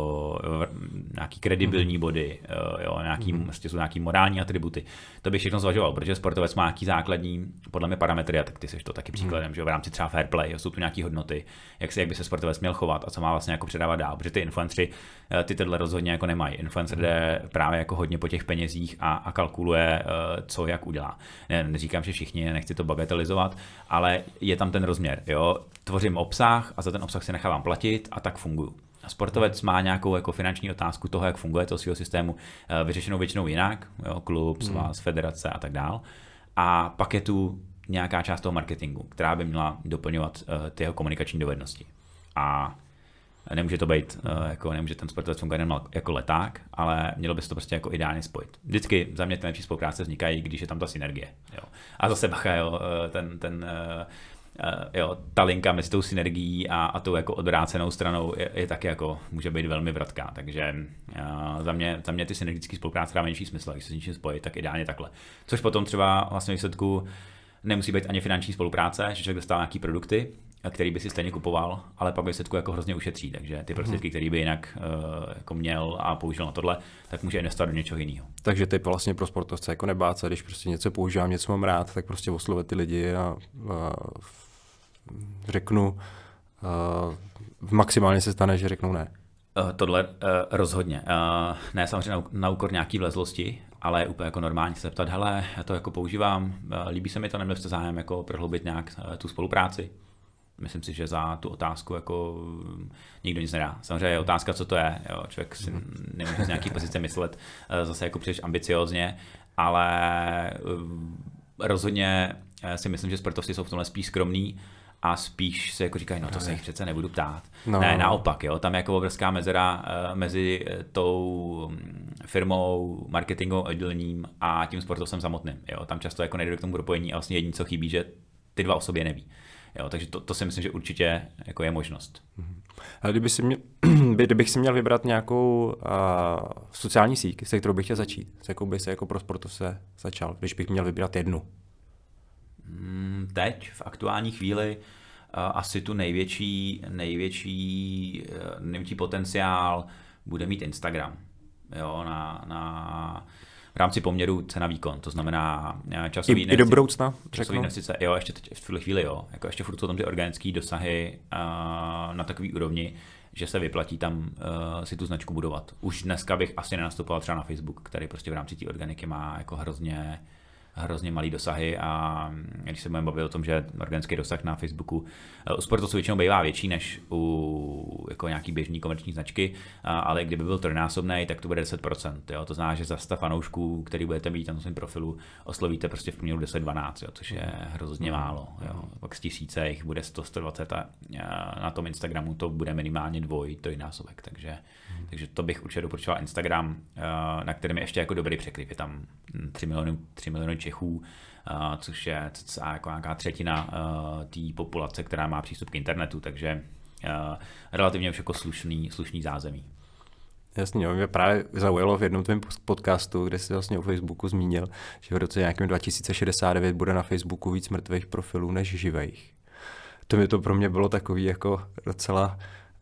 nějaký kredibilní body, prostě jsou nějaký morální atributy. To bych všechno zvažoval, protože sportovec má nějaký základní, podle mě parametry, a tak ty seš to taky příkladem, že v rámci třeba fair play, jsou tu nějaký hodnoty, jak by se sportovec měl chovat a co má vlastně jako předávat dál, protože ty influenceri ty tohle rozhodně jako nemají. Influencer jde právě jako hodně po těch penězích a kalkuluje, co jak udělá. Neříkám, že všichni, nechci to bagatelizovat, ale je tam ten rozměr. Jo? Tvořím obsah a za ten obsah si nechávám platit a tak funguju. A sportovec má nějakou jako finanční otázku toho, jak funguje toho svého systému, vyřešenou většinou jinak, jo? Klub, svaz, federace a tak dál. A pak je tu nějaká část toho marketingu, která by měla doplňovat ty jeho komunikační dovednosti. A nemůže to být, nemůže ten sportovec fungovat jen jako leták, ale mělo by se to prostě jako ideálně spojit. Vždycky za mě ty lepší spolupráce vznikají, když je tam ta synergie. Jo. A zase bacha, jo, ta linka mezi tou synergií a tou jako odvrácenou stranou je taky jako, může být velmi vratká, takže za mě ty synergické spolupráce dá menší smysl, když se s něčím spojit, tak ideálně takhle. Což potom třeba vlastně výsledku nemusí být ani finanční spolupráce, že člověk dostává nějaký produkty, který by si stejně kupoval, ale pak výsledku jako hrozně ušetří, takže ty prostředky, které by jinak jako měl a použil na tohle, tak může investovat do něčeho jiného. Takže typ vlastně pro sportovce jako nebát se, když prostě něco používám, něco mám rád, tak prostě oslovit ty lidi a řeknu, maximálně se stane, že řeknou ne. Tohle rozhodně. Ne samozřejmě na úkor nějaký vlezlosti, ale úplně jako normálně se zeptat, hele, já to jako používám, líbí se mi to, neměl jste zájem jako prohloubit nějak tu spolupráci. Myslím si, že za tu otázku jako nikdo nic nedá. Samozřejmě je otázka, co to je. Jo, člověk si nemůže z nějaký pozice myslet zase jako příliš ambiciozně, ale rozhodně si myslím, že sportovci jsou v tomhle spíš skromní a spíš se jako říkají, no to se jich přece nebudu ptát. No. Ne, naopak, jo, tam je jako obrovská mezera mezi tou firmou, marketingovým oddělením a tím sportovcem samotným. Jo. Tam často jako nejde k tomu propojení a vlastně jediné, co chybí, že ty dva o sobě neví. Jo, takže to si myslím, že určitě jako je možnost. Ale kdybych si měl vybrat nějakou sociální síť, se kterou bych chtěl začít, s jakou by se jako pro sportovce začal, když bych měl vybrat jednu? Teď, v aktuální chvíli, asi tu největší potenciál bude mít Instagram. Jo, v rámci poměru cena-výkon, to znamená časový investice. I do budoucna, časový investice, jo, ještě teď, v tuhle chvíli, jo, jako ještě furt jsou tam ty organické dosahy na takový úrovni, že se vyplatí tam si tu značku budovat. Už dneska bych asi nenastupoval třeba na Facebook, který prostě v rámci té organiky má jako hrozně malý dosahy a když se budeme bavit o tom, že organický dosah na Facebooku u sportovců většinou bývá větší než u jako nějaký běžný komerční značky, ale kdyby byl trojnásobný, tak to bude 10%. Jo? To znamená, že za 100 fanoušků, který budete mít na svém profilu, oslovíte prostě v průměru 10-12, jo? Což je hrozně málo. Jo? Pak z 1000 jich bude 100-120 a na tom Instagramu to bude minimálně trojnásobek. Takže to bych určitě doporučoval Instagram, na kterém je ještě jako dobrý překryv. Je tam 3 miliony Čechů, což je jako nějaká třetina té populace, která má přístup k internetu, takže relativně už jako slušný zázemí. Jasně, mě právě zaujalo v jednom tvém podcastu, kde jsi vlastně o Facebooku zmínil, že v roce nějakém 2069 bude na Facebooku víc mrtvých profilů než živých. To pro mě bylo takový jako docela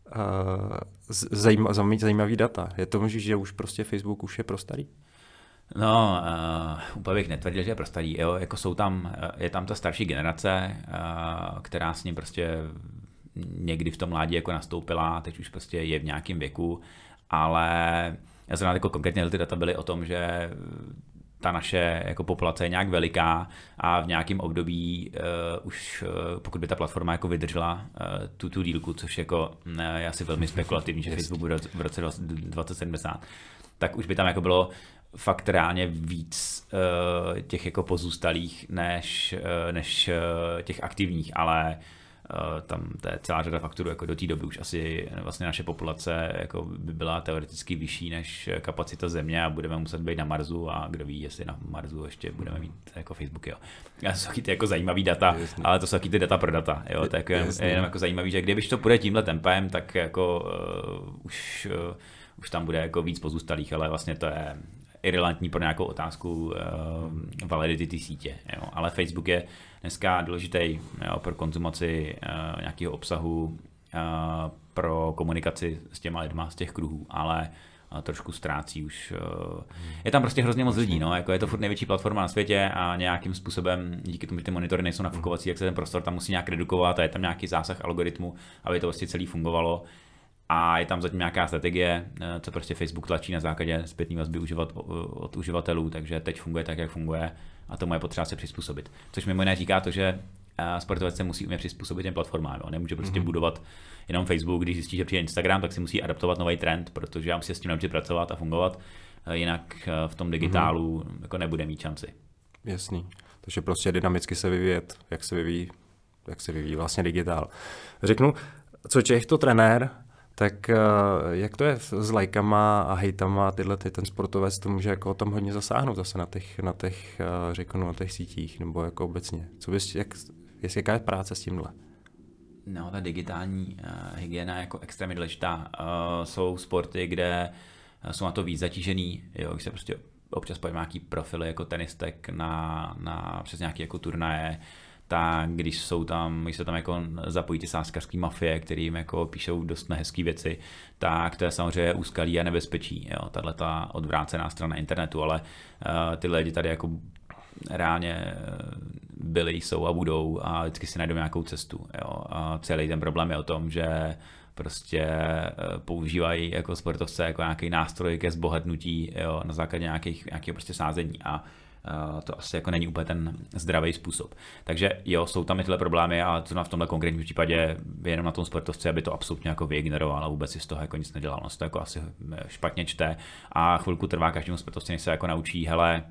zajímavý data. Je to možné, že už prostě Facebook už je pro starý? No, úplně bych netvrdil, že je pro starý. Jo? Jako je tam ta starší generace, která s ním prostě někdy v tom mládí jako nastoupila, teď už prostě je v nějakém věku, ale já jsem jako konkrétně ty data byly o tom, že ta naše jako populace je nějak veliká a v nějakém období už pokud by ta platforma jako vydržela tu dílku, což jako je asi velmi spekulativní, že Facebook bude v roce 2070, tak už by tam jako bylo fakt reálně víc těch jako pozůstalých než těch aktivních, ale tam to je celá řada faktorů, jako do té doby už asi vlastně naše populace jako by byla teoreticky vyšší než kapacita Země a budeme muset být na Marsu a kdo ví, jestli na Marsu ještě budeme mít jako Facebook, jo. To jsou taky ty jako zajímavý data, ale to jsou taky ty data pro data, jo. To je jenom jako zajímavý, že když to půjde tímhle tempem, tak jako už tam bude jako víc pozůstalých, ale vlastně to je irrelevantní pro nějakou otázku validity té sítě. Jo. Ale Facebook je dneska důležitý pro konzumaci nějakého obsahu, pro komunikaci s těma lidma z těch kruhů, ale trošku ztrácí už. Je tam prostě hrozně moc lidí, no, jako je to furt největší platforma na světě a nějakým způsobem, díky tomu, že ty monitory nejsou nafukovací, jak se ten prostor tam musí nějak redukovat a je tam nějaký zásah algoritmu, aby to vlastně celý fungovalo. A je tam zatím nějaká strategie, co prostě Facebook tlačí na základě zpětné vazby od uživatelů, takže teď funguje tak, jak funguje a tomu je potřeba se přizpůsobit. Což mimo jiné říká to, že sportovec se musí umět přizpůsobit těm platformám. Jo. Nemůže prostě budovat jenom Facebook, když zjistí, že přijde Instagram, tak si musí adaptovat nový trend, protože já musí s tím naučit pracovat a fungovat, jinak v tom digitálu jako nebude mít šanci. Jasný. Takže prostě dynamicky se vyvíjet, jak se vyvíjí vlastně digitál. Řeknu, co Čech to trenér, tak jak to je s lajkama a hejtama, ten sportovec to může jako o tom hodně zasáhnout zase na těch řeknu, na těch sítích nebo jako obecně. Jaká je práce s tímhle? No, ta digitální hygiena je jako extrémně důležitá. Jsou sporty, kde jsou na to víc zatížený, jo, když se prostě občas pojem nějaký profily jako tenistek přes nějaké jako turnaje, tak když se tam jako zapojí ty sázkařský mafie, kterým jako píšou dost nehezký věci, tak to je samozřejmě úskalí a nebezpečí, jo, tato odvrácená strana internetu, ale ty lidi tady jako reálně byli, jsou a budou a vždycky si najdou nějakou cestu. Jo. A celý ten problém je o tom, že prostě používají jako sportovce jako nějaký nástroj ke zbohatnutí, jo, na základě nějakého prostě sázení a to asi jako není úplně ten zdravý způsob. Takže jo, jsou tam i tyhle problémy a v tomhle konkrétním případě jenom na tom sportovci, aby to absolutně jako vyignoroval a vůbec si z toho jako nic nedělal. No, to jako asi špatně čte a chvilku trvá každému sportovci, než se jako naučí, hele,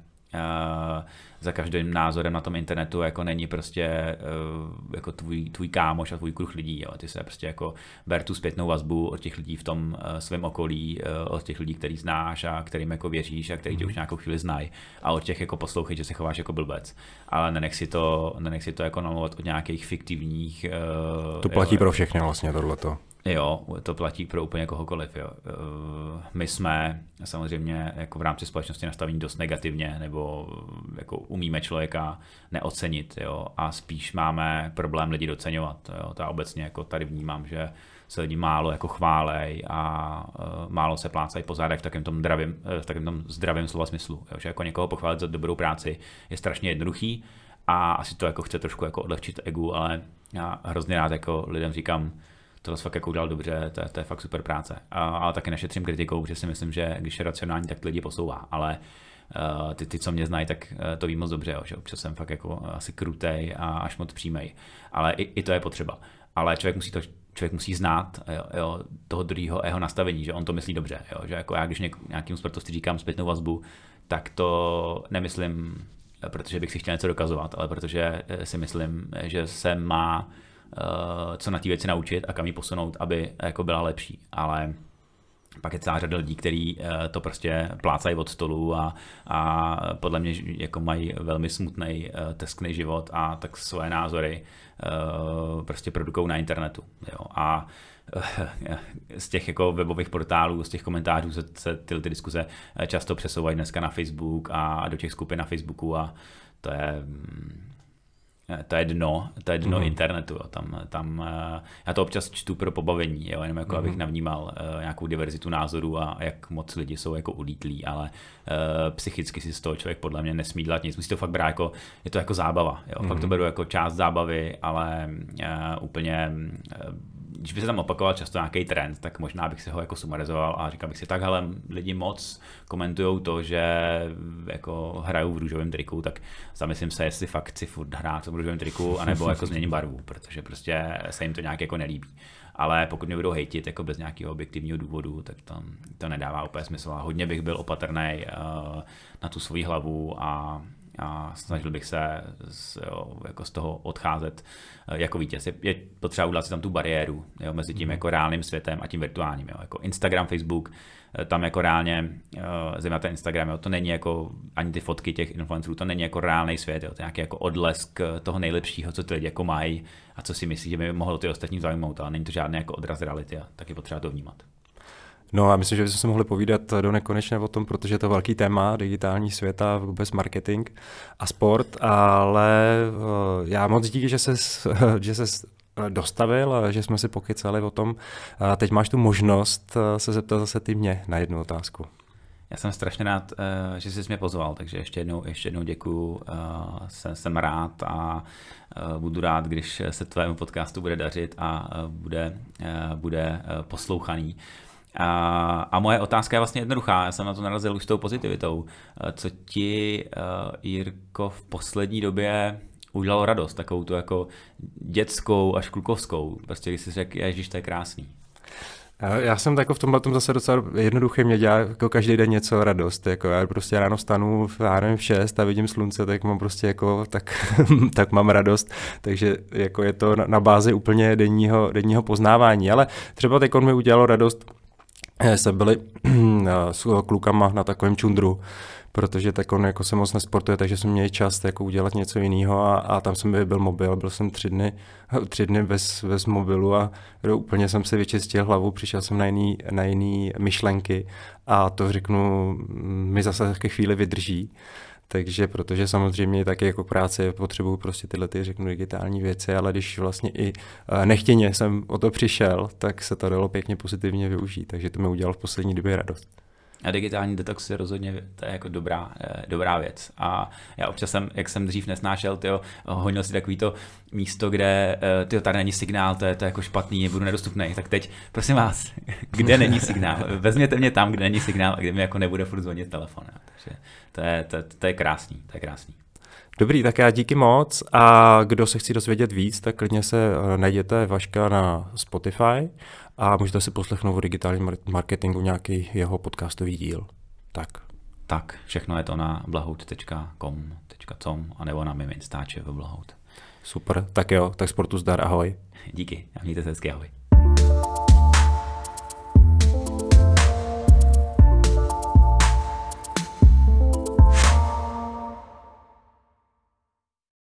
za každým názorem na tom internetu jako není prostě jako tvůj kámoš a tvůj kruh lidí, jo. Ty se prostě jako ber tu zpětnou vazbu od těch lidí v tom svém okolí, od těch lidí, který znáš a kterým jako věříš a který tě už nějakou chvíli znají a od těch jako poslouchej, že se chováš jako blbec, ale nenech si to jako namlouvat od nějakých fiktivních. To platí pro všechny vlastně tohleto. Jo, to platí pro úplně kohokoliv. Jo. My jsme samozřejmě jako v rámci společnosti nastavení dost negativně, nebo jako umíme člověka neocenit, jo, a spíš máme problém lidi doceňovat. Jo. To já obecně jako tady vnímám, že se lidi málo jako chválej a málo se plácají po zádech v takovém tom zdravém slova smyslu. Jo. Že jako někoho pochválit za dobrou práci je strašně jednoduchý a asi to jako chce trošku jako odlehčit egu, ale já hrozně rád jako lidem říkám, tohle fakt jako udělal dobře, to je fakt super práce. Ale taky nešetřím kritikou, protože si myslím, že když je racionální, tak to lidi posouvá. Ale ty, co mě znají, tak to ví moc dobře, jo, že občas jsem fakt jako asi krutej a až moc přímej. Ale i to je potřeba. Ale člověk musí znát, jo, toho druhého jeho nastavení, že on to myslí dobře. Jo, že jako já, když nějakým sportovci říkám zpětnou vazbu, tak to nemyslím, protože bych si chtěl něco dokazovat, ale protože si myslím, že se má co na té věci naučit a kam ji posunout, aby jako byla lepší. Ale pak je celá řada lidí, kteří to prostě plácají od stolu a podle mě jako mají velmi smutný, teskný život a tak svoje názory prostě produkují na internetu. Jo. A z těch jako webových portálů, z těch komentářů se ty diskuze často přesouvají dneska na Facebook a do těch skupin na Facebooku a to je dno internetu. Jo. Tam já to občas čtu pro pobavení, jo, jenom jako abych navnímal nějakou diverzitu názorů a jak moc lidi jsou jako ulítlí, ale psychicky si z toho člověk podle mě nesmí dělat nic. Musí to fakt brát jako, je to jako zábava. Jo. Fakt to beru jako část zábavy, ale úplně když by se tam opakoval často nějaký trend, tak možná bych si ho jako sumarizoval a říkal bych si, tak hele, lidi moc komentujou to, že jako hrajou v růžovém triku, tak zamyslím se, jestli fakt chci furt hrát v růžovém triku, anebo jako změním barvu, protože prostě se jim to nějak jako nelíbí. Ale pokud mě budou hejtit jako bez nějakého objektivního důvodu, tak to nedává úplně smysl. A hodně bych byl opatrný na tu svoji hlavu a snažil bych se jako z toho odcházet jako vítěz. Je potřeba udělat si tam tu bariéru, jo, mezi tím jako reálným světem a tím virtuálním. Jo. Jako Instagram, Facebook, tam jako reálně, zejména ten Instagram, jo, to není jako ani ty fotky těch influencerů, to není jako reálný svět, jo, to je nějaký jako odlesk toho nejlepšího, co ty lidi jako mají a co si myslí, že by mohlo ty ostatní zaujmout, ale není to žádný jako odraz reality a tak je potřeba to vnímat. No a myslím, že bychom se mohli povídat do nekonečna o tom, protože je to velký téma, digitální svět a vůbec marketing a sport, ale já moc díky, že ses dostavil a že jsme si pokecali o tom. A teď máš tu možnost se zeptat zase ty mě na jednu otázku. Já jsem strašně rád, že jsi mě pozval, takže ještě jednou děkuju, jsem rád a budu rád, když se tvému podcastu bude dařit a bude poslouchaný. A moje otázka je vlastně jednoduchá, já jsem na to narazil už s tou pozitivitou. Co ti, Jirko, v poslední době udělalo radost, takovou tu jako dětskou až klukovskou, prostě když jsi řekl, ježiš, to je krásný. Já jsem jako v tomhle zase docela jednoduché, mě dělá jako každý den něco radost, jako já prostě ráno vstanu v 6 a vidím slunce, tak mám prostě jako, tak mám radost, takže jako je to na bázi úplně denního poznávání, ale třeba teď mi udělalo radost jsme byli s klukama na takovém čundru, protože tak on jako se moc nesportuje, takže jsme měli čas jako udělat něco jiného a tam jsem byl mobil, byl jsem 3 dny bez mobilu a úplně jsem se vyčistil hlavu, přišel jsem na jiný myšlenky a to řeknu, mi zase taky chvíli vydrží. Takže protože samozřejmě taky jako práce potřebuju prostě tyhle řeknu digitální věci, ale když vlastně i nechtěně jsem o to přišel, tak se to dalo pěkně pozitivně využít, takže to mi udělalo v poslední době radost. A digitální detox je rozhodně to je jako dobrá věc. A já občas jak jsem dřív nesnášel, honil si takový to místo, kde tady není signál, to je jako špatný, budu nedostupný. Tak teď, prosím vás, kde není signál? Vezměte mě tam, kde není signál a kde mi jako nebude furt zvonit telefon. Takže to je krásný, to je krásný. Dobrý, tak já díky moc a kdo se chce dozvědět víc, tak klidně se najděte Vaška na Spotify a můžete si poslechnout o digitálním marketingu nějaký jeho podcastový díl. Tak, všechno je to na blahout.com a nebo na mým Instači v Blahout. Super, tak jo, tak sportu zdar, ahoj. Díky a mějte se hezky, ahoj.